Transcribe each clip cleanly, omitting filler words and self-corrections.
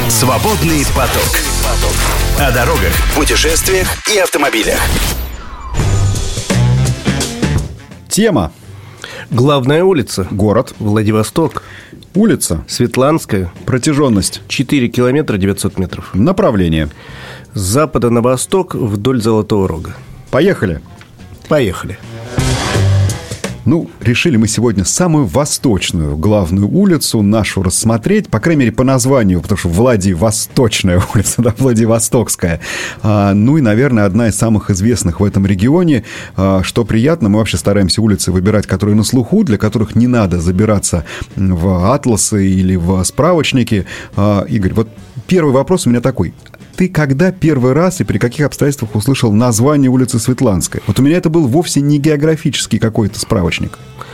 Свободный поток. О дорогах, путешествиях и автомобилях. Тема. Главная улица. Город. Владивосток. Улица. Светланская. Протяженность. 4 километра 900 метров. Направление. С запада на восток вдоль Золотого Рога. Поехали. Поехали. Решили мы сегодня самую восточную главную улицу нашу рассмотреть, по крайней мере, по названию, потому что Владивосточная улица, да, Владивостокская. И, наверное, одна из самых известных в этом регионе. Что приятно, мы вообще стараемся улицы выбирать, которые на слуху, для которых не надо забираться в атласы или в справочники. Игорь, вот первый вопрос у меня такой. Ты когда первый раз и при каких обстоятельствах услышал название улицы Светланская? Вот у меня это был вовсе не географический какой-то справочник.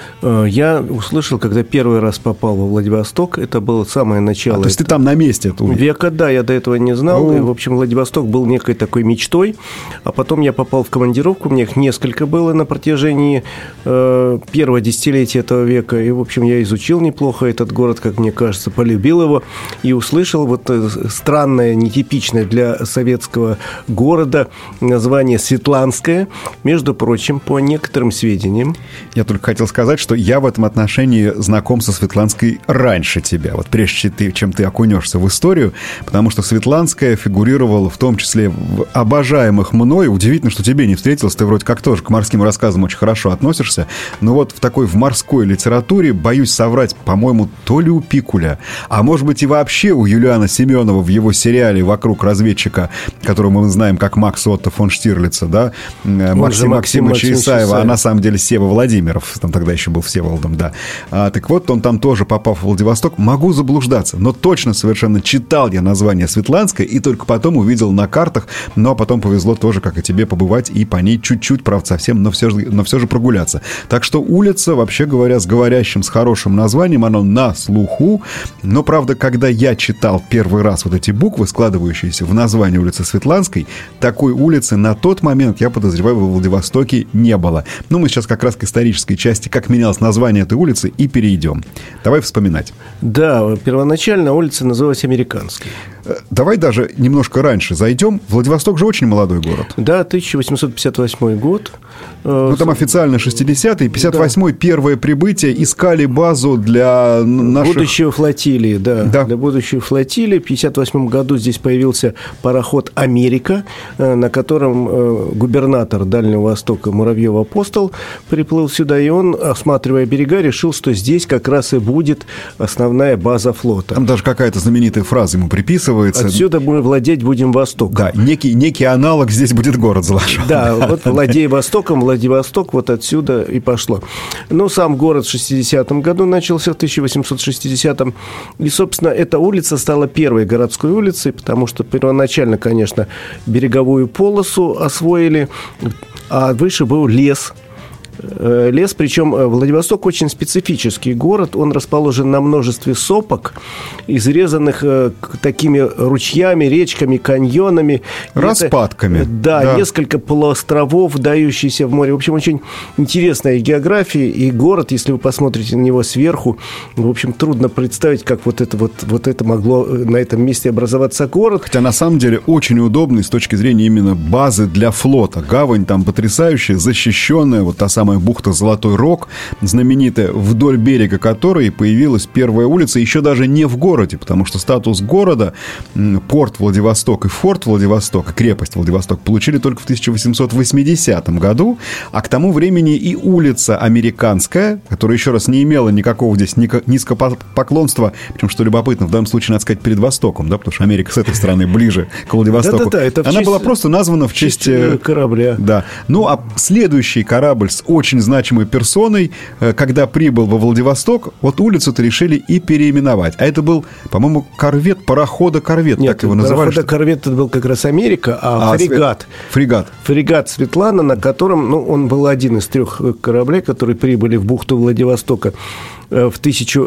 Я услышал, когда первый раз попал во Владивосток, это было самое начало. То есть ты там на месте? Века, да, я до этого не знал. И, в общем, Владивосток был некой такой мечтой. А потом я попал в командировку, у меня их несколько было на протяжении первого десятилетия этого века. И, в общем, я изучил неплохо этот город, как мне кажется, полюбил его. И услышал вот странное, нетипичное для советского города название Светланская. Между прочим, по некоторым сведениям. Я только хотел сказать, что я в этом отношении знаком со Светланской раньше тебя, вот прежде чем ты окунешься в историю, потому что Светланская фигурировала в том числе в обожаемых мной. Удивительно, что тебе не встретилось, ты вроде как тоже к морским рассказам очень хорошо относишься, но вот в морской литературе, боюсь соврать, по-моему, то ли у Пикуля, а может быть и вообще у Юлиана Семенова в его сериале «Вокруг разведчика», которого мы знаем как Макс Отто фон Штирлица, да, Максима Исаева, а на самом деле Сева Владимиров, там тогда еще был Всеволодом, да. Так вот, он там тоже, попав в Владивосток, могу заблуждаться, но точно совершенно читал я название Светланская и только потом увидел на картах, но потом повезло тоже, как и тебе, побывать и по ней чуть-чуть, правда, совсем, но все же прогуляться. Так что улица, вообще говоря, с говорящим, с хорошим названием, оно на слуху, но, правда, когда я читал первый раз вот эти буквы, складывающиеся в название улицы Светланской, такой улицы на тот момент, я подозреваю, во Владивостоке не было. Мы сейчас как раз к исторической части, как менялось название этой улицы, и перейдем. Давай вспоминать. Да, первоначально улица называлась Американской. Давай даже немножко раньше зайдем. Владивосток же очень молодой город. Да, 1858 год. Там официально 60-й, 58-й, да. Первое прибытие, искали базу для наших... Будущего флотилии, да. Для будущей флотилии. В 58 году здесь появился пароход «Америка», на котором губернатор Дальнего Востока Муравьев-Апостол приплыл сюда, и он, осматривая берега, решил, что здесь как раз и будет основная база флота. Там даже какая-то знаменитая фраза ему приписывается. Отсюда мы владеть будем Востоком. Да, некий аналог здесь будет город Золошан. Да, вот владея Востоком, Владивосток вот отсюда и пошло. Сам город в 60-м году начался, в 1860-м. И, собственно, эта улица стала первой городской улицей, потому что первоначально, конечно, береговую полосу освоили, а выше был лес. Причем Владивосток очень специфический город, он расположен на множестве сопок, изрезанных такими ручьями, речками, каньонами. Распадками. Да, несколько полуостровов, дающиеся в море. В общем, очень интересная география, и город, если вы посмотрите на него сверху, в общем, трудно представить, как вот это могло на этом месте образоваться город. Хотя, на самом деле, очень удобный с точки зрения именно базы для флота. Гавань там потрясающая, защищенная, вот та самая бухта Золотой Рог, знаменитая, вдоль берега которой появилась первая улица, еще даже не в городе, потому что статус города, порт Владивосток и форт Владивосток, и крепость Владивосток получили только в 1880 году, а к тому времени и улица Американская, которая, еще раз, не имела никакого здесь низкопоклонства, причем, что любопытно, в данном случае, надо сказать, перед Востоком, да, потому что Америка с этой стороны ближе к Владивостоку. Она была просто названа в честь корабля. Да. А следующий корабль с очень значимой персоной, когда прибыл во Владивосток, вот улицу-то решили и переименовать. А это был, по-моему, парохода-корвет, Нет, так его называли. Парохода-корвет это был как раз Америка, а фрегат. Фрегат Светлана, на котором, он был один из 3 кораблей, которые прибыли в бухту Владивостока в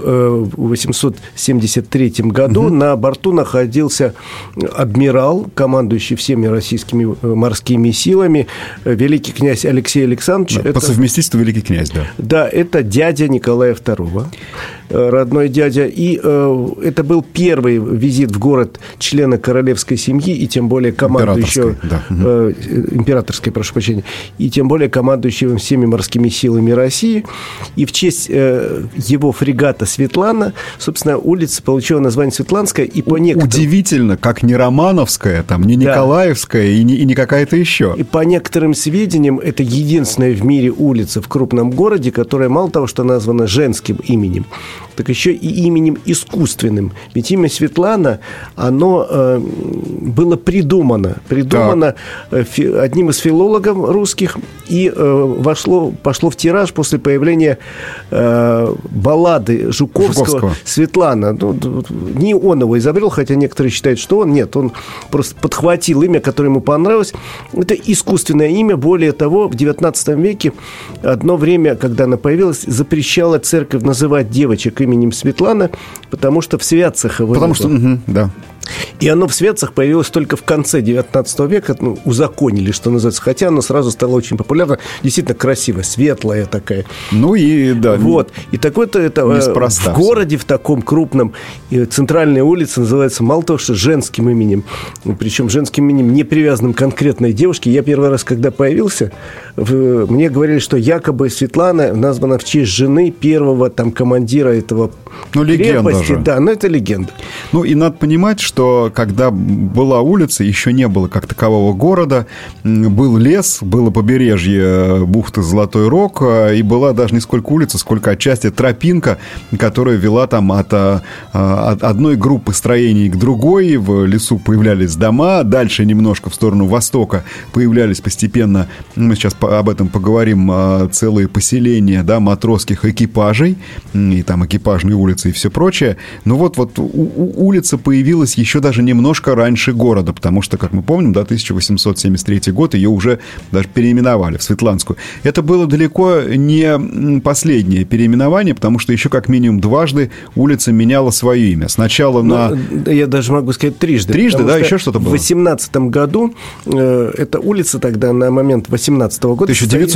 1873 году. На борту находился адмирал, командующий всеми российскими морскими силами, великий князь Алексей Александрович. По совместительству великий князь, да. Да, это дядя Николая II. родной дядя. И это был первый визит в город члена королевской семьи, и тем более командующего... Императорской, прошу прощения. И тем более командующего всеми морскими силами России. И в честь его фрегата «Светлана», собственно, улица получила название Светланская. И по некоторым... Удивительно, как не Романовская, там, не Николаевская и не какая-то еще. И по некоторым сведениям, это единственная в мире улица в крупном городе, которая мало того, что названа женским именем, так еще и именем искусственным. Ведь имя Светлана, оно было придумано одним из филологов русских и пошло в тираж после появления баллады Жуковского «Светлана». Не он его изобрел, хотя некоторые считают, что он. Нет, он просто подхватил имя, которое ему понравилось. Это искусственное имя. Более того, в XIX веке одно время, когда она появилась, запрещала церковь называть девочек именем Светлана, потому что в Святцехово... да. И оно в Святцах появилось только в конце XIX века, узаконили, что называется, хотя оно сразу стало очень популярно, действительно красиво, светлая такая. Вот. И такой-то это в городе, в таком крупном, центральная улица называется, мало того, что женским именем, причем женским именем, не привязанным к конкретной девушке. Я первый раз, когда появился, мне говорили, что якобы Светлана названа в честь жены первого там командира этого крепости. Да, но это легенда. И надо понимать, что когда была улица, еще не было как такового города, был лес, было побережье бухты Золотой Рог, и была даже не сколько улица, сколько отчасти тропинка, которая вела там от одной группы строений к другой. В лесу появлялись дома, дальше немножко в сторону востока появлялись постепенно, мы сейчас об этом поговорим, целые поселения, да, матросских экипажей, и там экипажные улицы и все прочее. Но вот улица появилась еще даже немножко раньше города, потому что, как мы помним, 1873 год, ее уже даже переименовали в Светланскую. Это было далеко не последнее переименование, потому что еще как минимум дважды улица меняла свое имя. Сначала я даже могу сказать трижды. Трижды, да? Еще что-то было? В 18 году эта улица тогда на момент 18 года...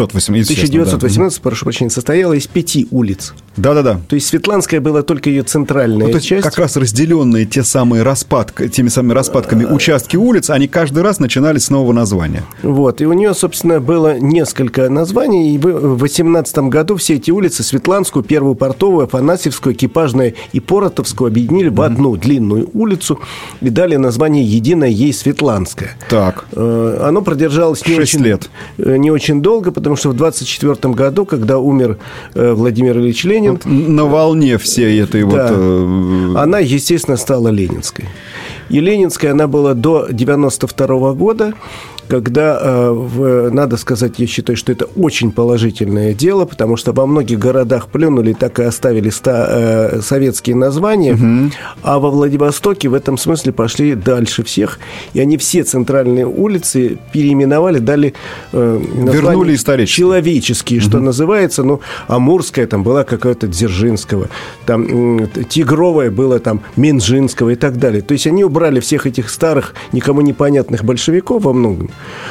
1918, прошу прощения, состояла из 5 улиц. Да-да-да. То есть Светланская была только ее центральная часть. Как раз разделенные теми самыми распадками участки улиц, они каждый раз начинали с нового названия. Вот. И у нее, собственно, было несколько названий. И в 18 году все эти улицы, Светланскую, Первую Портовую, Афанасьевскую, Экипажную и Поротовскую, объединили в одну длинную улицу и дали название единое ей Светланская. Так. Оно продержалось не очень долго, потому что в 24 году, когда умер Владимир Ильич Ленин... На волне всей этой она, естественно, стала Ленинской. И Ленинская она была до 92 года, когда, надо сказать, я считаю, что это очень положительное дело, потому что во многих городах плюнули, так и оставили советские названия, а во Владивостоке в этом смысле пошли дальше всех, и они все центральные улицы переименовали, дали вернули исторические. Человеческие, что называется, Амурская там была какая-то Дзержинского, там Тигровая была там Минжинского и так далее. То есть они убрали всех этих старых, никому непонятных большевиков во многом,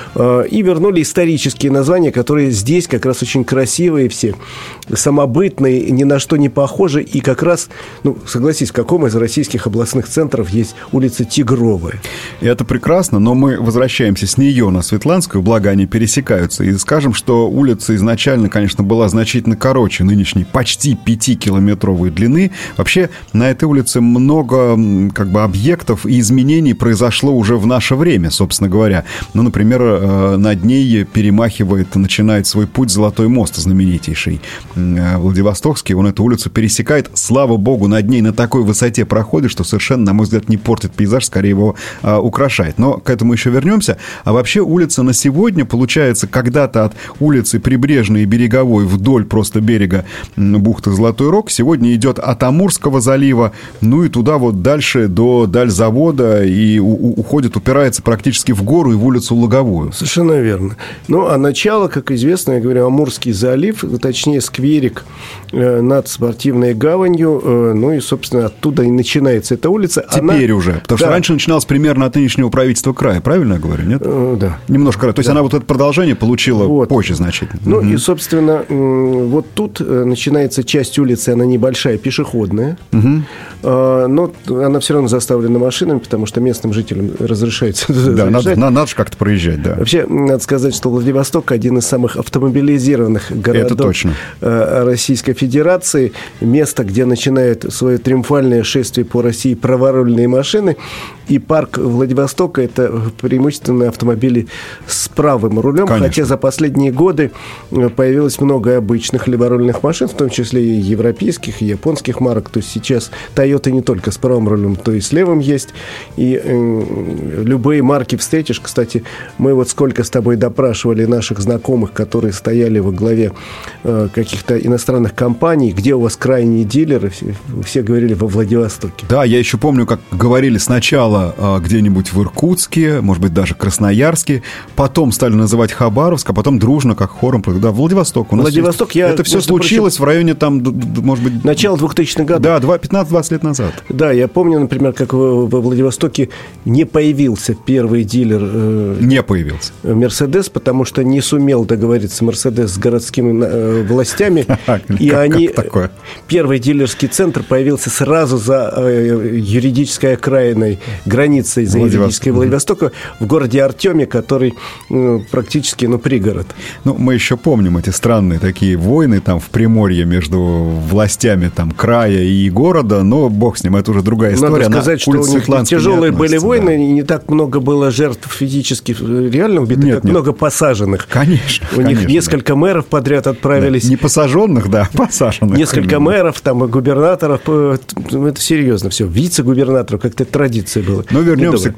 и вернули исторические названия, которые здесь как раз очень красивые все, самобытные, ни на что не похожи. И как раз, согласись, в каком из российских областных центров есть улица Тигровая? И это прекрасно, но мы возвращаемся с нее на Светланскую, благо они пересекаются, и скажем, что улица изначально, конечно, была значительно короче нынешней, почти 5-километровой длины. Вообще на этой улице много объектов и изменений произошло уже в наше время, собственно говоря. Например, над ней начинает свой путь Золотой мост, знаменитейший Владивостокский. Он эту улицу пересекает. Слава богу, над ней на такой высоте проходит, что совершенно, на мой взгляд, не портит пейзаж, скорее его украшает. Но к этому еще вернемся. А вообще улица на сегодня, получается, когда-то от улицы Прибрежной и Береговой вдоль просто берега бухты Золотой Рог, сегодня идет от Амурского залива, и туда дальше до Дальзавода, и уходит, упирается практически в гору и в улицу луговую. Совершенно верно. Ну, а начало, как известно, я говорю, Амурский залив, точнее, скверик над спортивной гаванью, ну и, собственно, оттуда и начинается эта улица. Теперь уже, потому что раньше начиналась примерно от нынешнего правительства края, правильно я говорю, нет? Да. Немножко, то есть она вот это продолжение получила позже значительно. Ну и, собственно, вот тут начинается часть улицы, она небольшая, пешеходная, но она все равно заставлена машинами, потому что местным жителям разрешается заезжать. Надо же как-то проезжать, да. Вообще, надо сказать, что Владивосток один из самых автомобилизированных городов Российской Федерации. Место, где начинают свое триумфальное шествие по России праворульные машины. И парк Владивостока – это преимущественно автомобили с правым рулем. Конечно. Хотя за последние годы появилось много обычных леворульных машин, в том числе и европейских, и японских марок. То есть сейчас Toyota не только с правым рулем, то и с левым есть. И любые марки встретишь. Кстати, мы вот сколько с тобой допрашивали наших знакомых, которые стояли во главе каких-то иностранных компаний, где у вас крайние дилеры, все говорили во Владивостоке. Да, я еще помню, как говорили сначала где-нибудь в Иркутске, может быть, даже Красноярске, потом стали называть Хабаровск, а потом дружно, как хором, да, Владивосток. Владивосток, это все случилось в районе, там, может быть... Начало 2000-х годов. Да, 15-20 лет назад. Да, я помню, например, как во Владивостоке не появился первый дилер... Не появился. Мерседес, потому что не сумел договориться Мерседес с городскими властями. И первый дилерский центр появился сразу за юридической окраиной границей за юридической Владивостока в городе Артеме, который практически, пригород. Ну, мы еще помним эти странные такие войны там в Приморье между властями там края и города, но бог с ним, это уже другая история. Надо сказать, что у них тяжелые были войны, и не так много было жертв физически реально убитых, как много посаженных. Конечно. У них несколько мэров подряд отправились. Не посаженных, да, посаженных. Несколько мэров, там, и губернаторов. Это серьезно все. Вице-губернаторов, как-то традиция была. Но вернемся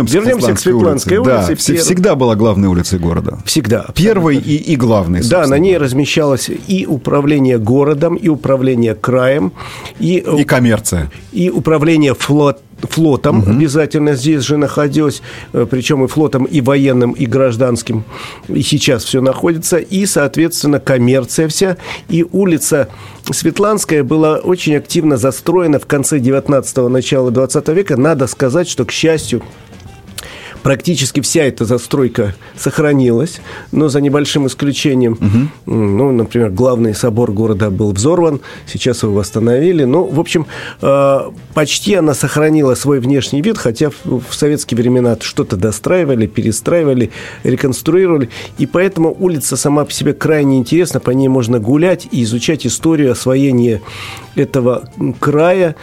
к Светланской улице. Да, всегда была главной улицей города. Всегда. Первой и главной. Да, на ней размещалось и управление городом, и управление краем, и коммерция. И управление флотом обязательно здесь же находилось, причем и флотом, и военным, и гражданским, и сейчас все находится, и, соответственно, коммерция вся, и улица Светланская была очень активно застроена в конце 19-го, начала 20 века. Надо сказать, что, к счастью, практически вся эта застройка сохранилась, но за небольшим исключением. Например, главный собор города был взорван, сейчас его восстановили. В общем, почти она сохранила свой внешний вид, хотя в советские времена что-то достраивали, перестраивали, реконструировали. И поэтому улица сама по себе крайне интересна, по ней можно гулять и изучать историю освоения этого края,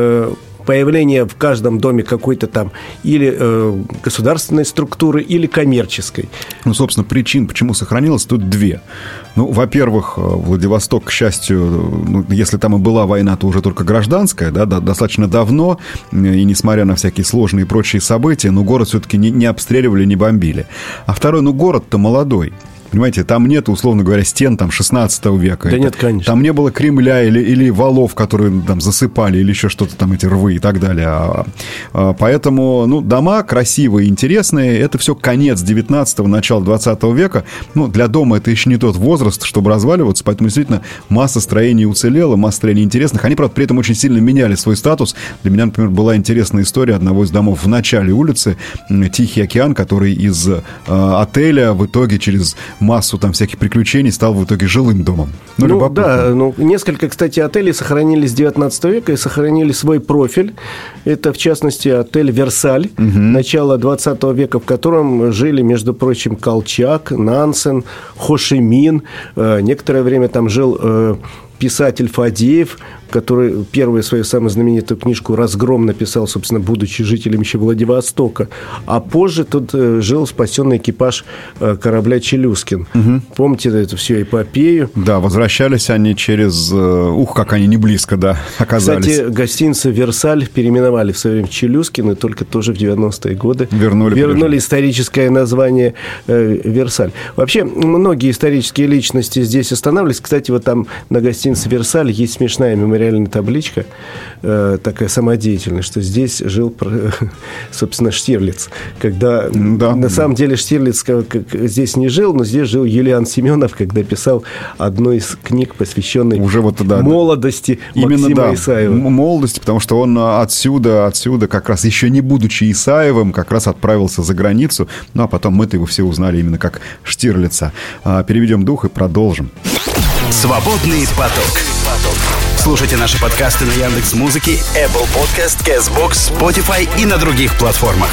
появление в каждом доме какой-то там или государственной структуры, или коммерческой. Собственно, причин, почему сохранилось, тут две. Во-первых, Владивосток, к счастью, если там и была война, то уже только гражданская, да, достаточно давно, и несмотря на всякие сложные и прочие события, город все-таки не обстреливали, не бомбили. А второй, город-то молодой. Понимаете, там нет, условно говоря, стен там 16 века. Да нет, конечно. Там не было Кремля или валов, которые там засыпали, или еще что-то там, эти рвы и так далее. Поэтому, дома красивые, интересные. Это все конец 19-го, начало 20 века. Для дома это еще не тот возраст, чтобы разваливаться. Поэтому, действительно, масса строений уцелела, масса строений интересных. Они, правда, при этом очень сильно меняли свой статус. Для меня, например, была интересная история одного из домов в начале улицы, Тихий океан, который из отеля в итоге через массу там всяких приключений стал в итоге жилым домом. Несколько, кстати, отелей сохранились с 19 века и сохранили свой профиль. Это, в частности, отель «Версаль», начала 20 века, в котором жили, между прочим, Колчак, Нансен, Хо Ши Мин. Некоторое время там жил писатель Фадеев, который первую свою самую знаменитую книжку «Разгром» написал, собственно, будучи жителем еще Владивостока. А позже тут жил спасенный экипаж корабля «Челюскин». Помните эту всю эпопею? Да, возвращались они через... как они не близко, да, оказались. Кстати, гостиницу «Версаль» переименовали в свое время «Челюскин», и только тоже в 90-е годы вернули историческое название «Версаль». Вообще, многие исторические личности здесь останавливались. Кстати, вот там на гостинице «Версаль» есть смешная мемориальная мемориальная табличка такая самодеятельная, что здесь жил, собственно, Штирлиц. Когда на самом деле Штирлиц здесь не жил, но здесь жил Юлиан Семенов, когда писал одну из книг, посвященной молодости Максима Исаева. Молодости, потому что он отсюда, как раз еще не будучи Исаевым, как раз отправился за границу. Ну, а потом мы-то его все узнали именно как Штирлица. Переведем дух и продолжим. Свободный поток. Слушайте наши подкасты на Яндекс.Музыке, Apple Podcast, Castbox, Spotify и на других платформах.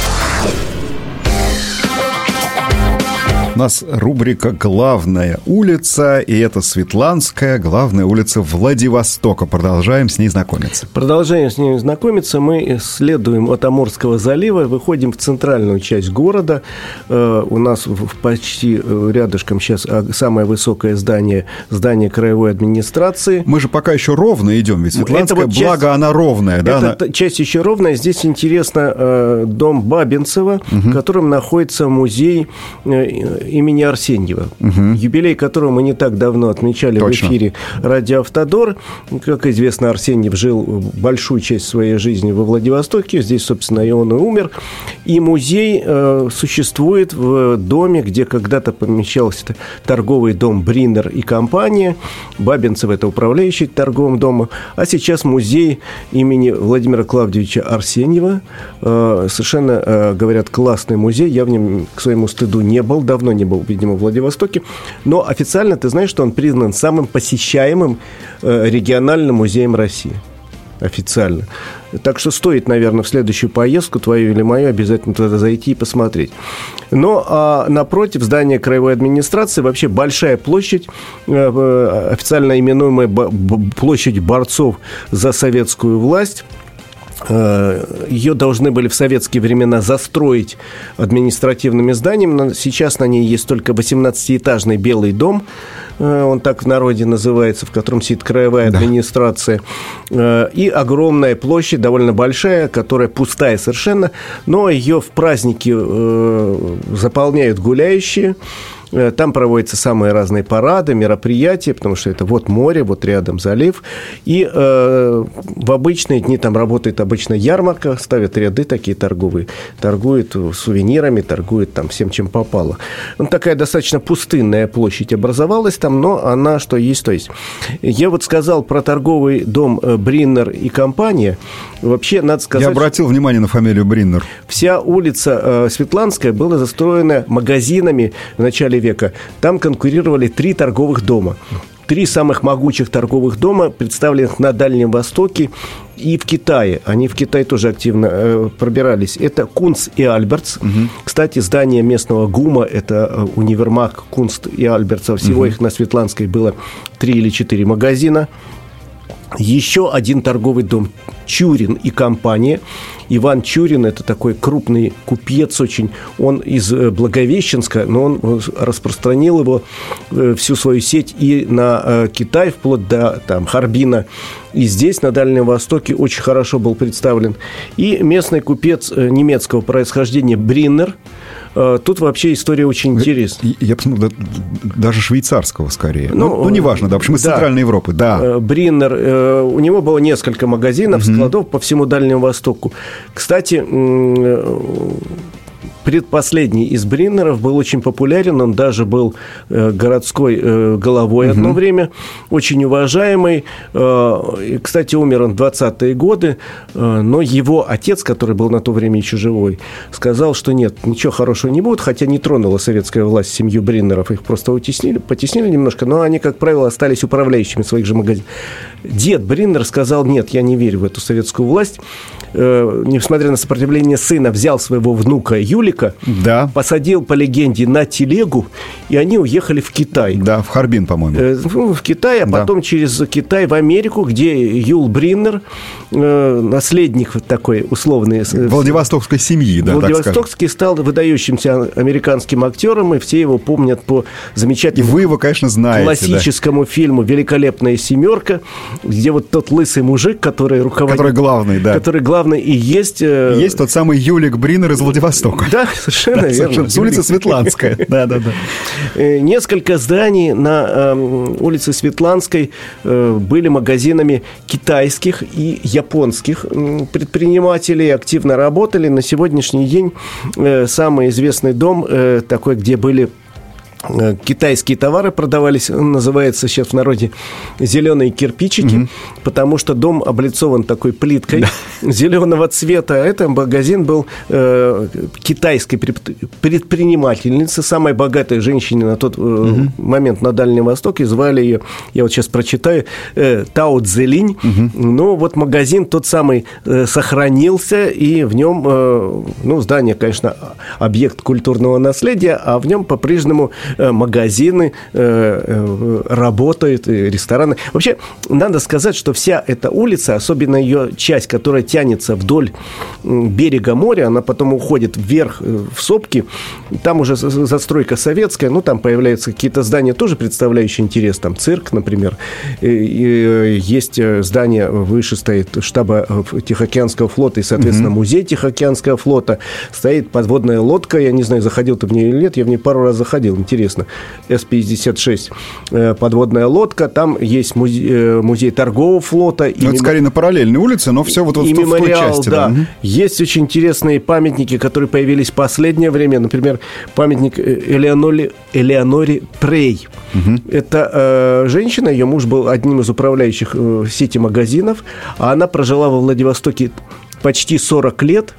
У нас рубрика «Главная улица», и это Светланская, главная улица Владивостока. Продолжаем с ней знакомиться. Продолжаем с ней знакомиться. Мы следуем от Амурского залива, выходим в центральную часть города. У нас почти рядышком сейчас самое высокое здание краевой администрации. Мы же пока еще ровно идем, ведь Светланская, вот благо часть, она ровная. Да? Эта часть еще ровная. Здесь интересно дом Бабинцева, в котором находится музей имени Арсеньева, юбилей которого мы не так давно отмечали. Точно. В эфире «Радио Автодор». Как известно, Арсеньев жил большую часть своей жизни во Владивостоке. Здесь, собственно, и он и умер. И музей существует в доме, где когда-то помещался торговый дом «Бриннер и компания». Бабинцев – это управляющий торговым домом. А сейчас музей имени Владимира Клавдевича Арсеньева. Совершенно, говорят, классный музей. Я в нем, к своему стыду, не был. Давно не был, видимо, в Владивостоке. Но официально ты знаешь, что он признан самым посещаемым региональным музеем России. Официально. Так что стоит, наверное, в следующую поездку, твою или мою, обязательно туда зайти и посмотреть. Но напротив здания краевой администрации вообще большая площадь, официально именуемая площадь борцов за советскую власть. Ее должны были в советские времена застроить административными зданиями, но сейчас на ней есть только 18-этажный Белый дом, он так в народе называется, в котором сидит краевая администрация, и огромная площадь, довольно большая, которая пустая совершенно, но ее в праздники заполняют гуляющие. Там проводятся самые разные парады, мероприятия, потому что это вот море, вот рядом залив. И в обычные дни там работает обычно ярмарка, ставят ряды такие торговые, торгуют сувенирами, торгуют там всем, чем попало. Такая достаточно пустынная площадь образовалась там, но она что есть, то есть. Я вот сказал про торговый дом «Бриннер и компания». Вообще, надо сказать... Я обратил внимание на фамилию Бриннер. Вся улица Светланская была застроена магазинами в начале века. Там конкурировали 3 торговых дома. 3 самых могучих торговых дома, представленных на Дальнем Востоке и в Китае. Они в Китай тоже активно пробирались. Это Кунц и Альбертс. Кстати, здание местного ГУМа, это универмаг Кунц и Альбертса. Всего их на Светланской было 3 или 4 магазина. Еще один торговый дом Чурин и компания. Иван Чурин – это такой крупный купец очень. Он из Благовещенска, но он распространил его, всю свою сеть и на Китай, вплоть до там, Харбина. И здесь, на Дальнем Востоке, очень хорошо был представлен. И местный купец немецкого происхождения Бриннер. Тут вообще история очень интересная. Я посмотрю, даже швейцарского скорее. Ну, неважно, да, в общем, из Центральной Европы, да. Бриннер, у него было несколько магазинов, складов по всему Дальнему Востоку. Кстати, предпоследний из Бриннеров был очень популярен, он даже был городской головой одно время, очень уважаемый. Кстати, умер он в 20-е годы, но его отец, который был на то время еще живой, сказал, что нет, ничего хорошего не будет, хотя не тронула советская власть семью Бриннеров, их просто потеснили немножко, но они, как правило, остались управляющими своих же магазинов. Дед Бриннер сказал, нет, я не верю в эту советскую власть, несмотря на сопротивление сына, взял своего внука Юлика, посадил, по легенде, на телегу, и они уехали в Китай. Да, в Харбин, по-моему. В Китай, а потом через Китай в Америку, где Юл Бриннер, наследник такой условный... Владивостокской семьи, да, Владивостокский стал выдающимся американским актером, и все его помнят по замечательному... И вы его, конечно, знаете. Классическому фильму «Великолепная семерка», где вот тот лысый мужик, который руководит... Который главный, да. Который главный и есть... Есть тот самый Юлик Бриннер из Владивостока. Да, совершенно верно. С улицы Светланская. Да-да-да. Несколько зданий на улице Светланской были магазинами китайских и японских предпринимателей, активно работали. На сегодняшний день самый известный дом, такой, где были китайские товары продавались, называется сейчас в народе «зеленые кирпичики», потому что дом облицован такой плиткой зеленого цвета. Это магазин был китайской предпринимательницы, самой богатой женщине на тот момент на Дальнем Востоке. Звали ее, я вот сейчас прочитаю, Тао Цзэлинь. Ну, вот магазин тот самый сохранился, и в нем, здание, конечно, объект культурного наследия, а в нем по-прежнему магазины работают, рестораны. Вообще, надо сказать, что вся эта улица, особенно ее часть, которая тянется вдоль берега моря, она потом уходит вверх в сопки, там уже застройка советская, там появляются какие-то здания, тоже представляющие интерес, там цирк, например, есть здание, выше стоит штаба Тихоокеанского флота и, соответственно, музей Тихоокеанского флота, стоит подводная лодка, я не знаю, заходил ты в нее или нет, я в ней пару раз заходил, интересно, С-56 подводная лодка, там есть музей торгового флота. Это скорее на параллельной улице, но все вот в той части. Да. Есть очень интересные памятники, которые появились в последнее время, например, памятник Элеоноре Прей. Это женщина, ее муж был одним из управляющих сети магазинов, а она прожила во Владивостоке почти 40 лет.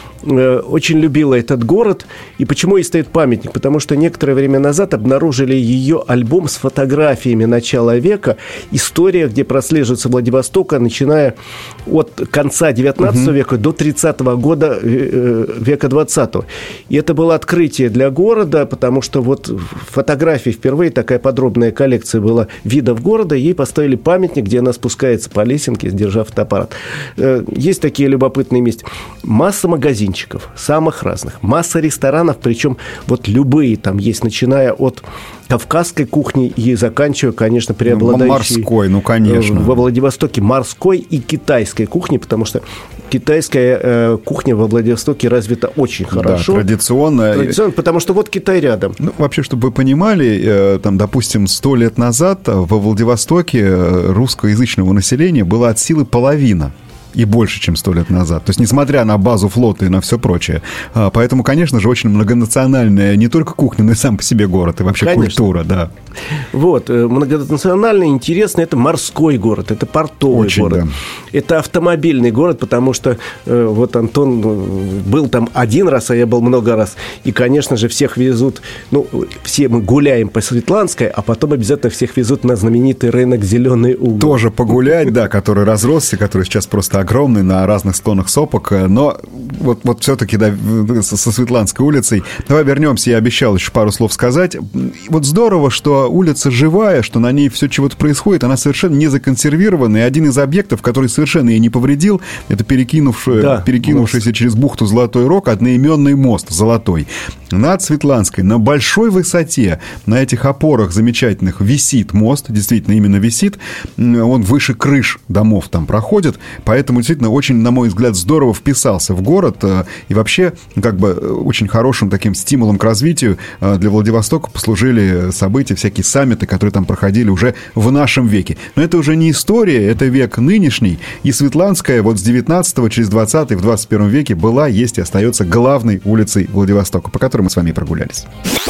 Очень любила этот город. И почему ей стоит памятник? Потому что некоторое время назад обнаружили ее альбом с фотографиями начала века. История, где прослеживается Владивостока, начиная от конца 19 века до 30-го года века 20-го. И это было открытие для города, потому что вот фотографии впервые, такая подробная коллекция была видов города. Ей поставили памятник, где она спускается по лесенке, держа фотоаппарат. Есть такие любопытные места. Масса магазинов самых разных, масса ресторанов, причем вот любые там есть, начиная от кавказской кухни и заканчивая, конечно, преобладающей... Морской, конечно. Во Владивостоке морской и китайской кухни, потому что китайская кухня во Владивостоке развита очень хорошо. Да, традиционно, потому что вот Китай рядом. Вообще, чтобы вы понимали, там, допустим, 100 лет назад во Владивостоке русскоязычного населения было от силы половина. И больше, чем 100 лет назад. То есть, несмотря на базу флота и на все прочее. Поэтому, конечно же, очень многонациональная не только кухня, но и сам по себе город, и вообще культура, да. Вот, многонациональный, интересный, это морской город, это портовый город. Да. Это автомобильный город, потому что вот Антон был там один раз, а я был много раз. И, конечно же, всех везут, все мы гуляем по Светланской, а потом обязательно всех везут на знаменитый рынок «Зеленый угол». Тоже погулять, да, который разросся, который сейчас просто огромный на разных склонах сопок, но вот все-таки, да, со Светланской улицей. Давай вернемся, я обещал еще пару слов сказать. Вот здорово, что улица живая, что на ней все чего-то происходит, она совершенно не законсервирована, и один из объектов, который совершенно ей не повредил, это перекинувшийся через бухту Золотой Рог одноименный мост Золотой. Над Светланской, на большой высоте, на этих опорах замечательных висит мост, действительно именно висит, он выше крыш домов там проходит, поэтому действительно очень, на мой взгляд, здорово вписался в город, и вообще как бы очень хорошим таким стимулом к развитию для Владивостока послужили события, всякие саммиты, которые там проходили уже в нашем веке. Но это уже не история, это век нынешний, и Светланская вот с 19-го через 20-й в 21 веке была, есть и остается главной улицей Владивостока, по которой мы с вами прогулялись.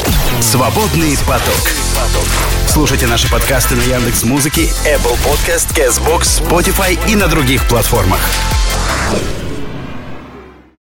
Свободный поток. Слушайте наши подкасты на Яндекс.Музыке, Apple Podcast, Castbox, Spotify и на других платформах.